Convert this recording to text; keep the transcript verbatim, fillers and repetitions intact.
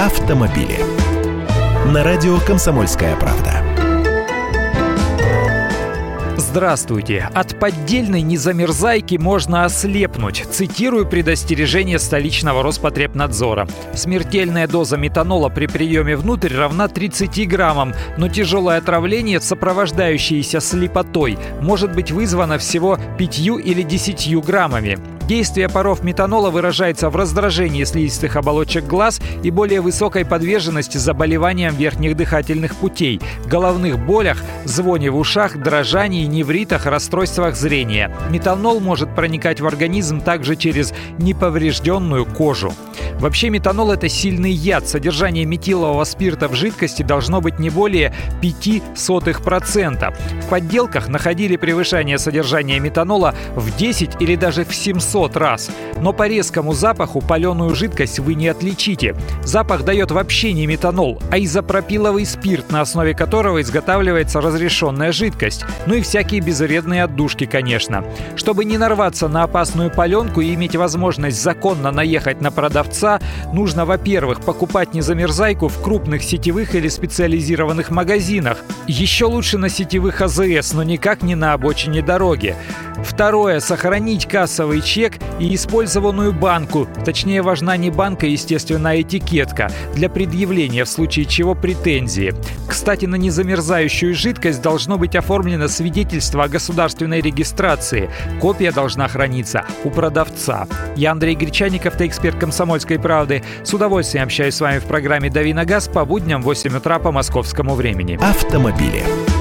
автомобили. На радио «Комсомольская правда». Здравствуйте. От поддельной незамерзайки можно ослепнуть. Цитирую предостережение столичного Роспотребнадзора. Смертельная доза метанола при приеме внутрь равна тридцати граммам, но тяжелое отравление, сопровождающееся слепотой, может быть вызвано всего пятью или десятью граммами. Действие паров метанола выражается в раздражении слизистых оболочек глаз и более высокой подверженности заболеваниям верхних дыхательных путей, головных болях, звоне в ушах, дрожании, невритах, расстройствах зрения. Метанол может проникать в организм также через неповрежденную кожу. Вообще метанол – это сильный яд. Содержание метилового спирта в жидкости должно быть не более пяти сотых процента. В подделках находили превышение содержания метанола в десять или даже в семьсот раз. Но по резкому запаху паленую жидкость вы не отличите. Запах дает вообще не метанол, а изопропиловый спирт, на основе которого изготавливается разрешенная жидкость. Ну и всякие безвредные отдушки, конечно. Чтобы не нарваться на опасную паленку и иметь возможность законно наехать на продавца, нужно, во-первых, покупать незамерзайку в крупных сетевых или специализированных магазинах. Еще лучше на сетевых а зэ эс, но никак не на обочине дороги. Второе. Сохранить кассовый чек и использованную банку. Точнее, важна не банка, естественно, а этикетка. Для предъявления, в случае чего, претензии. Кстати, на незамерзающую жидкость должно быть оформлено свидетельство о государственной регистрации. Копия должна храниться у продавца. Я Андрей Гречанников, эксперт «Комсомольской правды». С удовольствием общаюсь с вами в программе «Дави на газ» по будням в восемь утра по московскому времени. Автомобили.